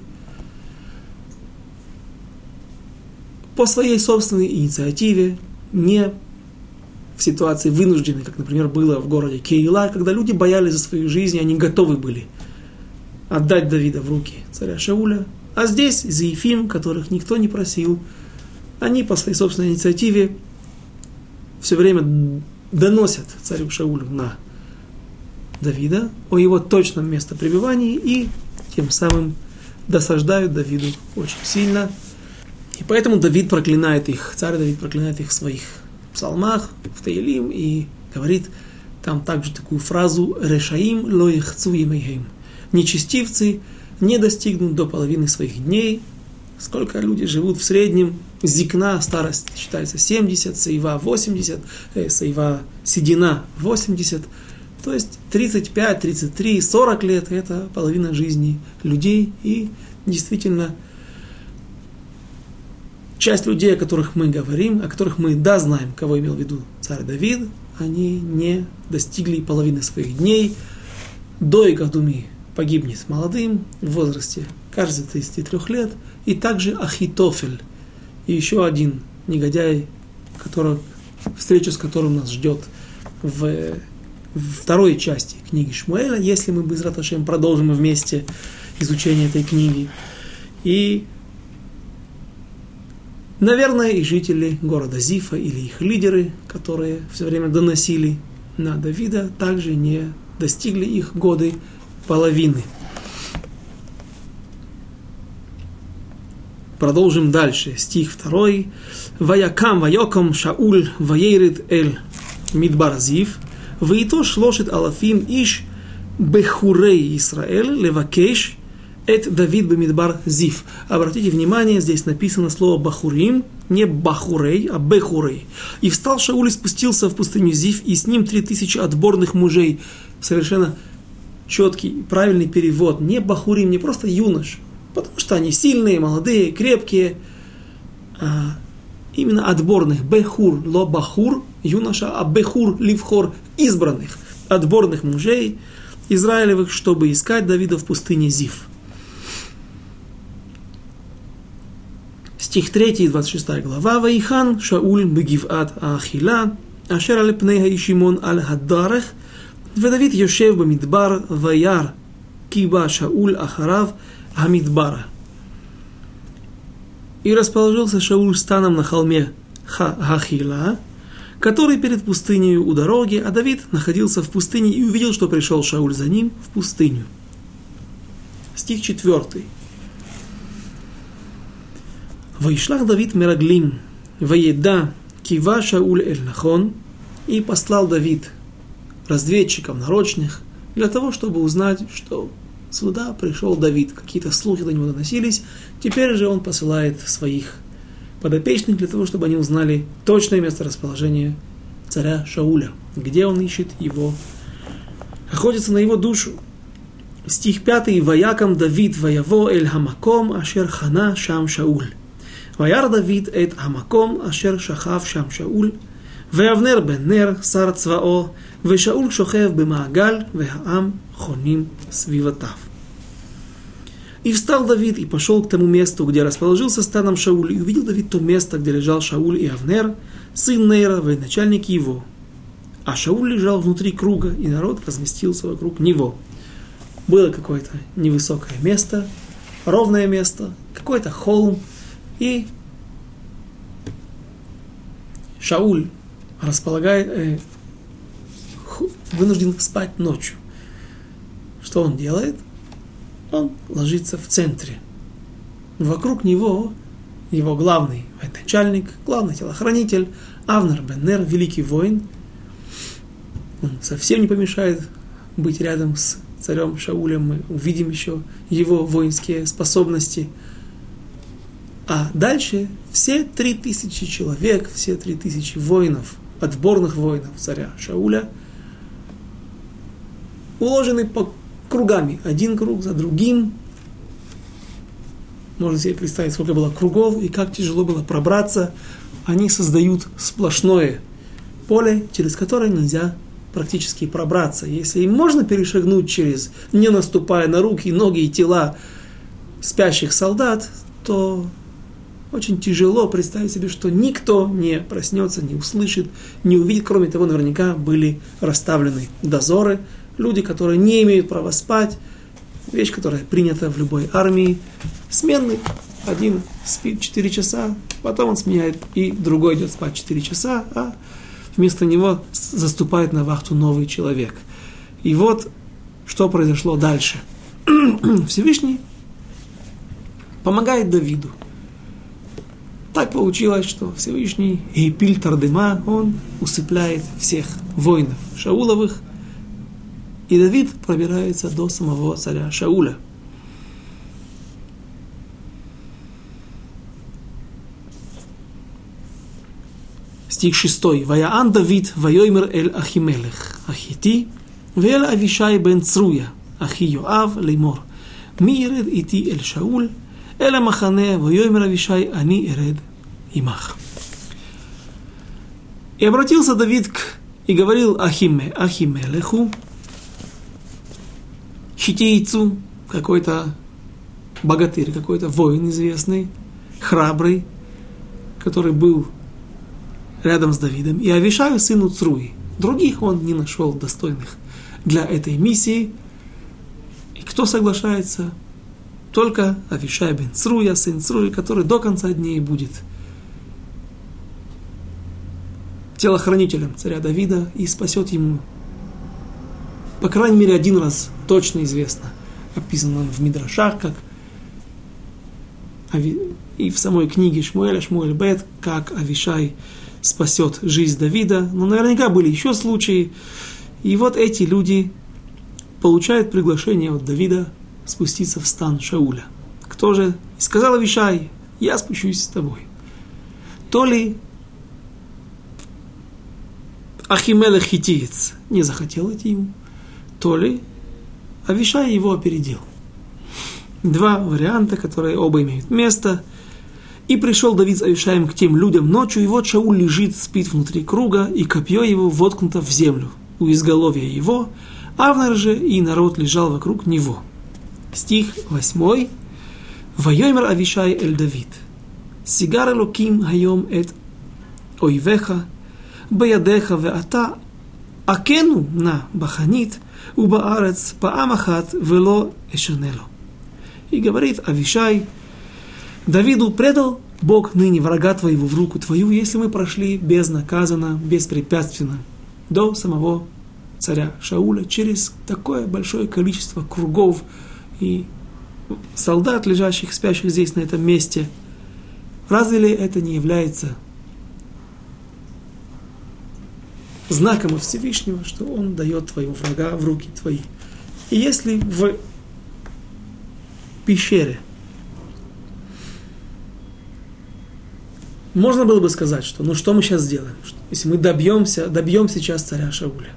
по своей собственной инициативе, не в ситуации вынужденной, как, например, было в городе Кейла, когда люди боялись за свою жизнь, и они готовы были отдать Давида в руки царя Шауля. А здесь Зеефим, которых никто не просил, они по своей собственной инициативе все время доносят царю Шаулю на Давида о его точном местопребывании и тем самым досаждают Давиду очень сильно. И поэтому Давид проклинает их, царь Давид проклинает их в своих псалмах, в Теилим, и говорит там также такую фразу «Решаим ло яхцу емейхем». Нечестивцы не достигнут до половины своих дней. Сколько люди живут в среднем? Зикна, старость считается семьдесят, сейва восемьдесят, э, сейва седина восемьдесят. То есть тридцать пять, тридцать три, сорок лет – это половина жизни людей. И действительно, часть людей, о которых мы говорим, о которых мы, да, знаем, кого имел в виду царь Давид, они не достигли половины своих дней. Дой Гадуми погибнет молодым, в возрасте, кажется, тридцати трёх лет. И также Ахитофель, и еще один негодяй, который, встреча с которым нас ждет в, в второй части книги Шмуэля, если мы Безрат Ашем продолжим вместе изучение этой книги. И, наверное, и жители города Зифа или их лидеры, которые все время доносили на Давида, также не достигли их годы половины. Продолжим дальше. Стих второй. Ваякам вайокам Шауль ваейрит эль мидбар Зив ваито шлошет алафим иш бехурей Исраэль левакеш эт Давид бемидбар Зив. Обратите внимание, здесь написано слово бахурим, не бахурей, а бехурей. И встал Шауль и спустился в пустыню Зив, и с ним три тысячи отборных мужей. Совершенно четкий, правильный перевод. Не бахурим, не просто юнош, потому что они сильные, молодые, крепкие. А именно отборных. Бехур, ло бахур, юноша, а бехур, ливхор, избранных, отборных мужей израилевых, чтобы искать Давида в пустыне Зив. Стих третий, двадцать шестая глава. Ваихан Шауль бегиват Ахила, ашер аль пней хаишимон аль хадарах, ודוד יושב במדבר וירא כי בא שאול אחריו המדברה. И расположился Шауль станом на холме Хахила, который перед пустыней у дороги, а Давид находился в пустыне и увидел, что пришел Шауль за ним в пустыню. Стих четвертый. «Ваишлах Давид мераглим, ваеда кива Шауль эль нахон». И послал Давид разведчиков нарочных для того, чтобы узнать, что сюда пришел Давид. Какие-то слухи до него доносились. Теперь же он посылает своих подопечных для того, чтобы они узнали точное месторасположение царя Шауля, где он ищет его, охотится на его душу. Стих пятый. «Ваякам Давид ваяво эль хамаком ашер хана шам Шауль. Ваяр Давид эт хамаком ашер шахав шам Шауль. ואבנר בן נר, שר צבאו, ושאול שוכב במעגל, והעם חונים סביבתיו. И встал Давид и пошел к тому месту, где расположился станом Шауль, и увидел Давид то место, где лежал Шауль и Авнер, сын Нейра, военачальник его. А Шауль лежал внутри круга, и народ разместился вокруг него. Было какое-то невысокое место, ровное место, какой-то холм, и Шауль располагает, э, вынужден спать ночью. Что он делает? Он ложится в центре. Вокруг него его главный военачальник, главный телохранитель Авнер бен Нер, великий воин. Он совсем не помешает быть рядом с царем Шаулем. Мы увидим еще его воинские способности. А дальше все три тысячи человек, все три тысячи воинов, отборных воинов царя Шауля, уложены по кругами, один круг за другим. Можно себе представить, сколько было кругов и как тяжело было пробраться они создают сплошное поле, через которое нельзя практически пробраться. Если им можно перешагнуть через, не наступая на руки, ноги и тела спящих солдат, то очень тяжело представить себе, что никто не проснется, не услышит, не увидит. Кроме того, наверняка были расставлены дозоры, люди, которые не имеют права спать, вещь, которая принята в любой армии. Сменный, один спит четыре часа, потом он сменяет, и другой идет спать четыре часа, а вместо него заступает на вахту новый человек. И вот, что произошло дальше. Всевышний помогает Давиду. Так получилось, что Всевышний Эйпиль Тардема, он усыпляет всех воинов Шауловых, и Давид пробирается до самого царя Шауля. Стих шестой. «Ваяан Давид, вайоймер эль Ахимелех, Ахити, вэль Авишай бен Цруя, Ахи Йоав, леймор, ми иред ити эль Шауль, эль Амахане, вайоймер Авишай, ани иред имах». И обратился Давид к, и говорил Ахиме, Ахимелеху, хитейцу, какой-то богатырь, какой-то воин известный, храбрый, который был рядом с Давидом, и Авишаю, сыну Цруи. Других он не нашел достойных для этой миссии. И кто соглашается? Только Авишай бен Цруя, сын Цруи, который до конца дней будет телохранителем царя Давида и спасет ему, по крайней мере, один раз точно известно, описано в Мидрашах, как и в самой книге Шмуэля, Шмуэль Бет, как Авишай спасет жизнь Давида. Но наверняка были еще случаи. И вот эти люди получают приглашение от Давида спуститься в стан Шауля. Кто же? И сказал Авишай: я спущусь с тобой. То ли Ахимелех хитиец не захотел идти ему, то ли Авишай его опередил. Два варианта, которые оба имеют место. И пришел Давид с Авишаем к тем людям ночью, и вот Шауль лежит, спит внутри круга, и копье его воткнуто в землю, у изголовья его, Авнер же и народ лежал вокруг него. Стих восьмой. «Вайомер Авишай эль Давид, сигар элоким хайом эт ойвеха, биядеха веата, акену на баханит, убаарец паамахат вело эшанело». И говорит Авишай Давиду: предал Бог ныне врага твоего в руку твою, если мы прошли безнаказанно, беспрепятственно до самого царя Шауля через такое большое количество кругов и солдат, лежащих, спящих здесь, на этом месте. Разве ли это не является знаком от Всевышнего, что Он дает твоего врага в руки твои? И если в пещере можно было бы сказать, что ну что мы сейчас сделаем? Если мы добьемся, добьем сейчас царя Шауля,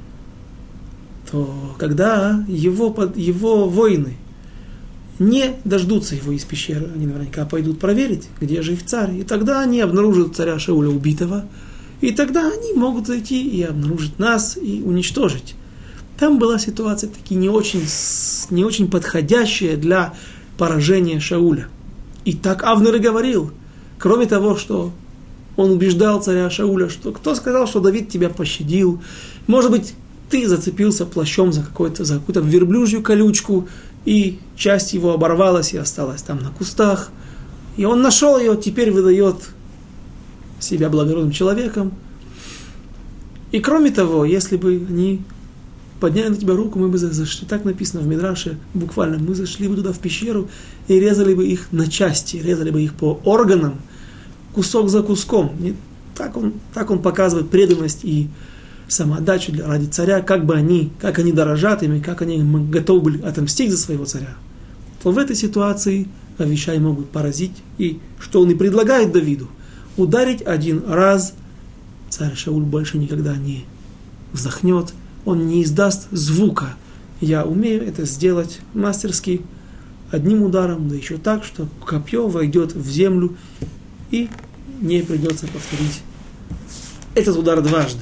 то когда его, его воины не дождутся его из пещеры, они наверняка пойдут проверить, где же их царь, и тогда они обнаружат царя Шауля убитого, и тогда они могут зайти и обнаружить нас и уничтожить. Там была ситуация таки не очень, не очень подходящая для поражения Шауля. И так Авнер и говорил. Кроме того, что он убеждал царя Шауля, что кто сказал, что Давид тебя пощадил, может быть, ты зацепился плащом за, какой-то, за какую-то верблюжью колючку, и часть его оборвалась и осталась там на кустах. И он нашел ее, теперь выдает себя благородным человеком. И кроме того, если бы они подняли на тебя руку, мы бы зашли, так написано в Мидраше, буквально, мы зашли бы туда в пещеру и резали бы их на части, резали бы их по органам, кусок за куском. И так, он, так он показывает преданность и самоотдачу для, ради царя, как бы они, как они дорожат ими, как они готовы были отомстить за своего царя. То в этой ситуации Авишай могут поразить, и что он и предлагает Давиду: ударить один раз, царь Шауль больше никогда не вздохнет, он не издаст звука. Я умею это сделать мастерски, одним ударом, да еще так, что копье войдет в землю, и не придется повторить этот удар дважды.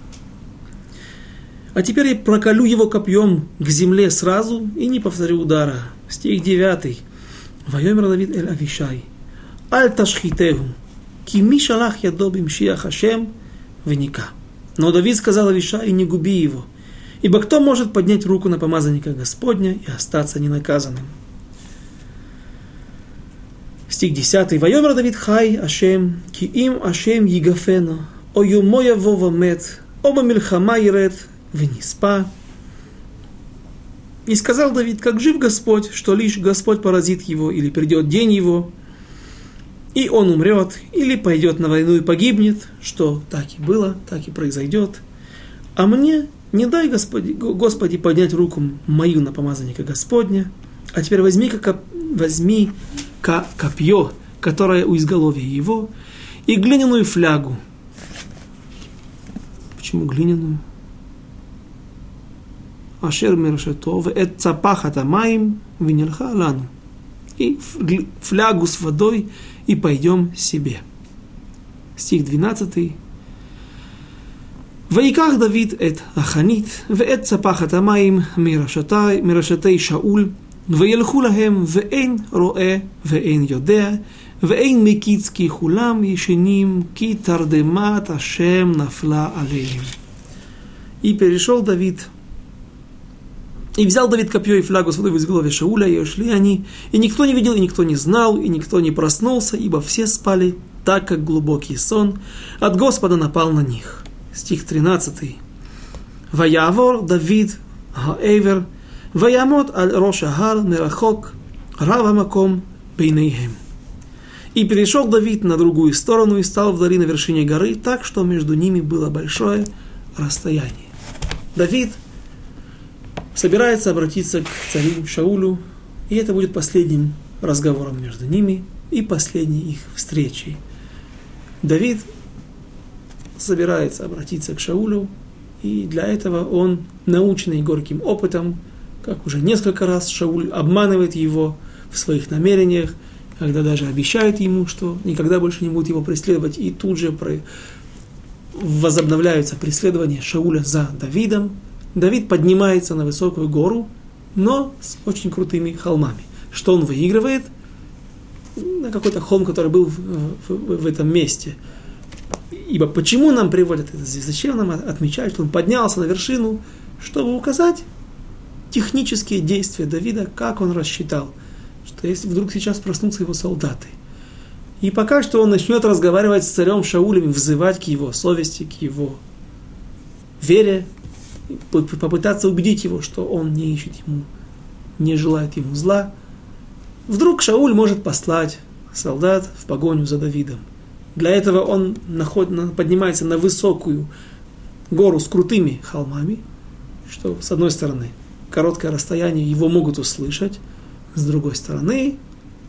А теперь я проколю его копьем к земле сразу и не повторю удара. Стих девятый. Вайомер Давид эль Авишай. Аль ташхитеху. Ки ми шалах ядо бимшиах Хашем веника. Но Давид сказал Авишаю: не губи его. Ибо кто может поднять руку на помазанника Господня и остаться ненаказанным? Стих десятый. Вайомер Давид хай Ашем. Ки им Ашем yigaфену. О юмо яво вамет. Оба мильхама ирет. Вниспа. И сказал Давид: как жив Господь, что лишь Господь поразит его, или придет день его, и он умрет, или пойдет на войну и погибнет, что так и было, так и произойдет. А мне не дай, Господи, Господи, поднять руку мою на помазанника Господня, а теперь возьми, как, возьми копье, которое у изголовья его, и глиняную флягу. Почему глиняную? Ашер миршето вэт цапахат амаим винерха лану. И флягу с водой, и пойдем себе. Стих двенадцатый. ויקח דוד את החנית ואת צפחת המים מרשתי, מרשתי שאול וילכו להם ואין רואה ואין יודע ואין מקיץ כי כולם ישנים כי תרדמת השם נפלה עליהם. И перешел Давид, и взял Давид копье и флягу с водой в изголовье Шауля, и ушли они, и никто не видел, и никто не знал, и никто не проснулся, ибо все спали так, как глубокий сон от Господа напал на них. Стих тринадцатый. Ваявор Давид хаэвер, ваямот аль рош агар мерахок, рава маком бейнейхем. И перешел Давид на другую сторону и стал вдали на вершине горы, так что между ними было большое расстояние. Давид собирается обратиться к царю Шаулю, и это будет последним разговором между ними и последней их встречей. Давид собирается обратиться к Шаулю, и для этого он, наученный горьким опытом, как уже несколько раз Шауль обманывает его в своих намерениях, когда даже обещает ему, что никогда больше не будет его преследовать, и тут же возобновляются преследования Шауля за Давидом. Давид поднимается на высокую гору, но с очень крутыми холмами. Что он выигрывает? На какой-то холм, который был в, в, в этом месте. Ибо почему нам приводят это здесь? Зачем нам отмечать, что он поднялся на вершину, чтобы указать технические действия Давида, как он рассчитал, что если вдруг сейчас проснутся его солдаты. И пока что он начнет разговаривать с царем Шаулем, взывать к его совести, к его вере, попытаться убедить его, что он не ищет ему, не желает ему зла, вдруг Шауль может послать солдат в погоню за Давидом. Для этого он находит, поднимается на высокую гору с крутыми холмами, что, с одной стороны, короткое расстояние, его могут услышать, с другой стороны,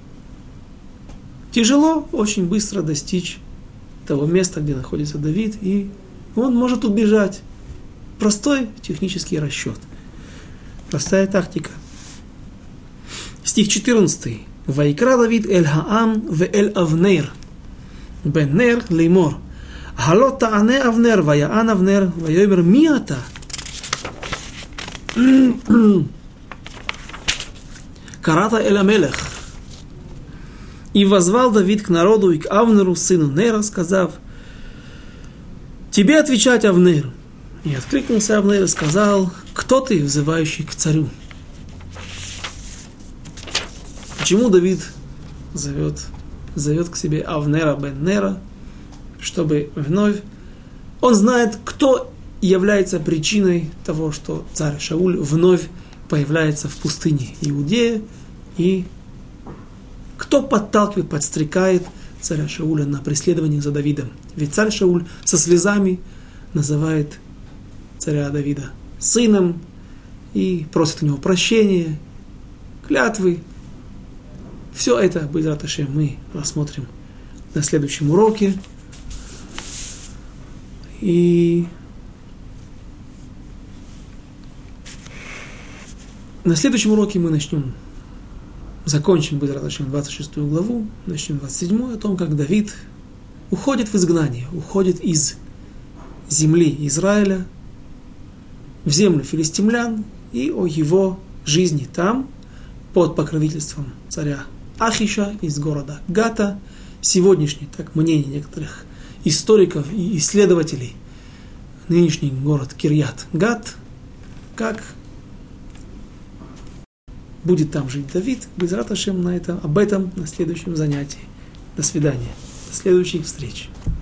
тяжело очень быстро достичь того места, где находится Давид, и он может убежать. Простой технический расчет. Простая тактика. Стих четырнадцатый. Вайкра Давид эль хаам ве эль Авнер бен Нер леймор. Хало таане Авнер ваяан Авнер вайомер миата. Карата эль Амелех. И возвал Давид к народу и к Авнеру, сыну Нера, сказав: тебе отвечать, Авнер. И откликнулся Авнер и сказал: кто ты, взывающий к царю? Почему Давид зовет, зовет к себе Авнера бен Нера, чтобы вновь... Он знает, кто является причиной того, что царь Шауль вновь появляется в пустыне Иудея, и кто подталкивает, подстрекает царя Шауля на преследование за Давидом. Ведь царь Шауль со слезами называет царя Давида сыном и просит у него прощения, клятвы. Все это, Б'эзрат Ашем, мы рассмотрим на следующем уроке. И на следующем уроке мы начнем, закончим, Б'эзрат Ашем, двадцать шестую главу, начнем двадцать седьмую, о том, как Давид уходит в изгнание, уходит из земли Израиля в землю филистимлян и о его жизни там, под покровительством царя Ахиша из города Гата. Сегодняшний, так мнение некоторых историков и исследователей, нынешний город Кирьят Гат, как будет там жить Давид, Безрат Ашем, на этом, об этом на следующем занятии. До свидания, до следующих встреч.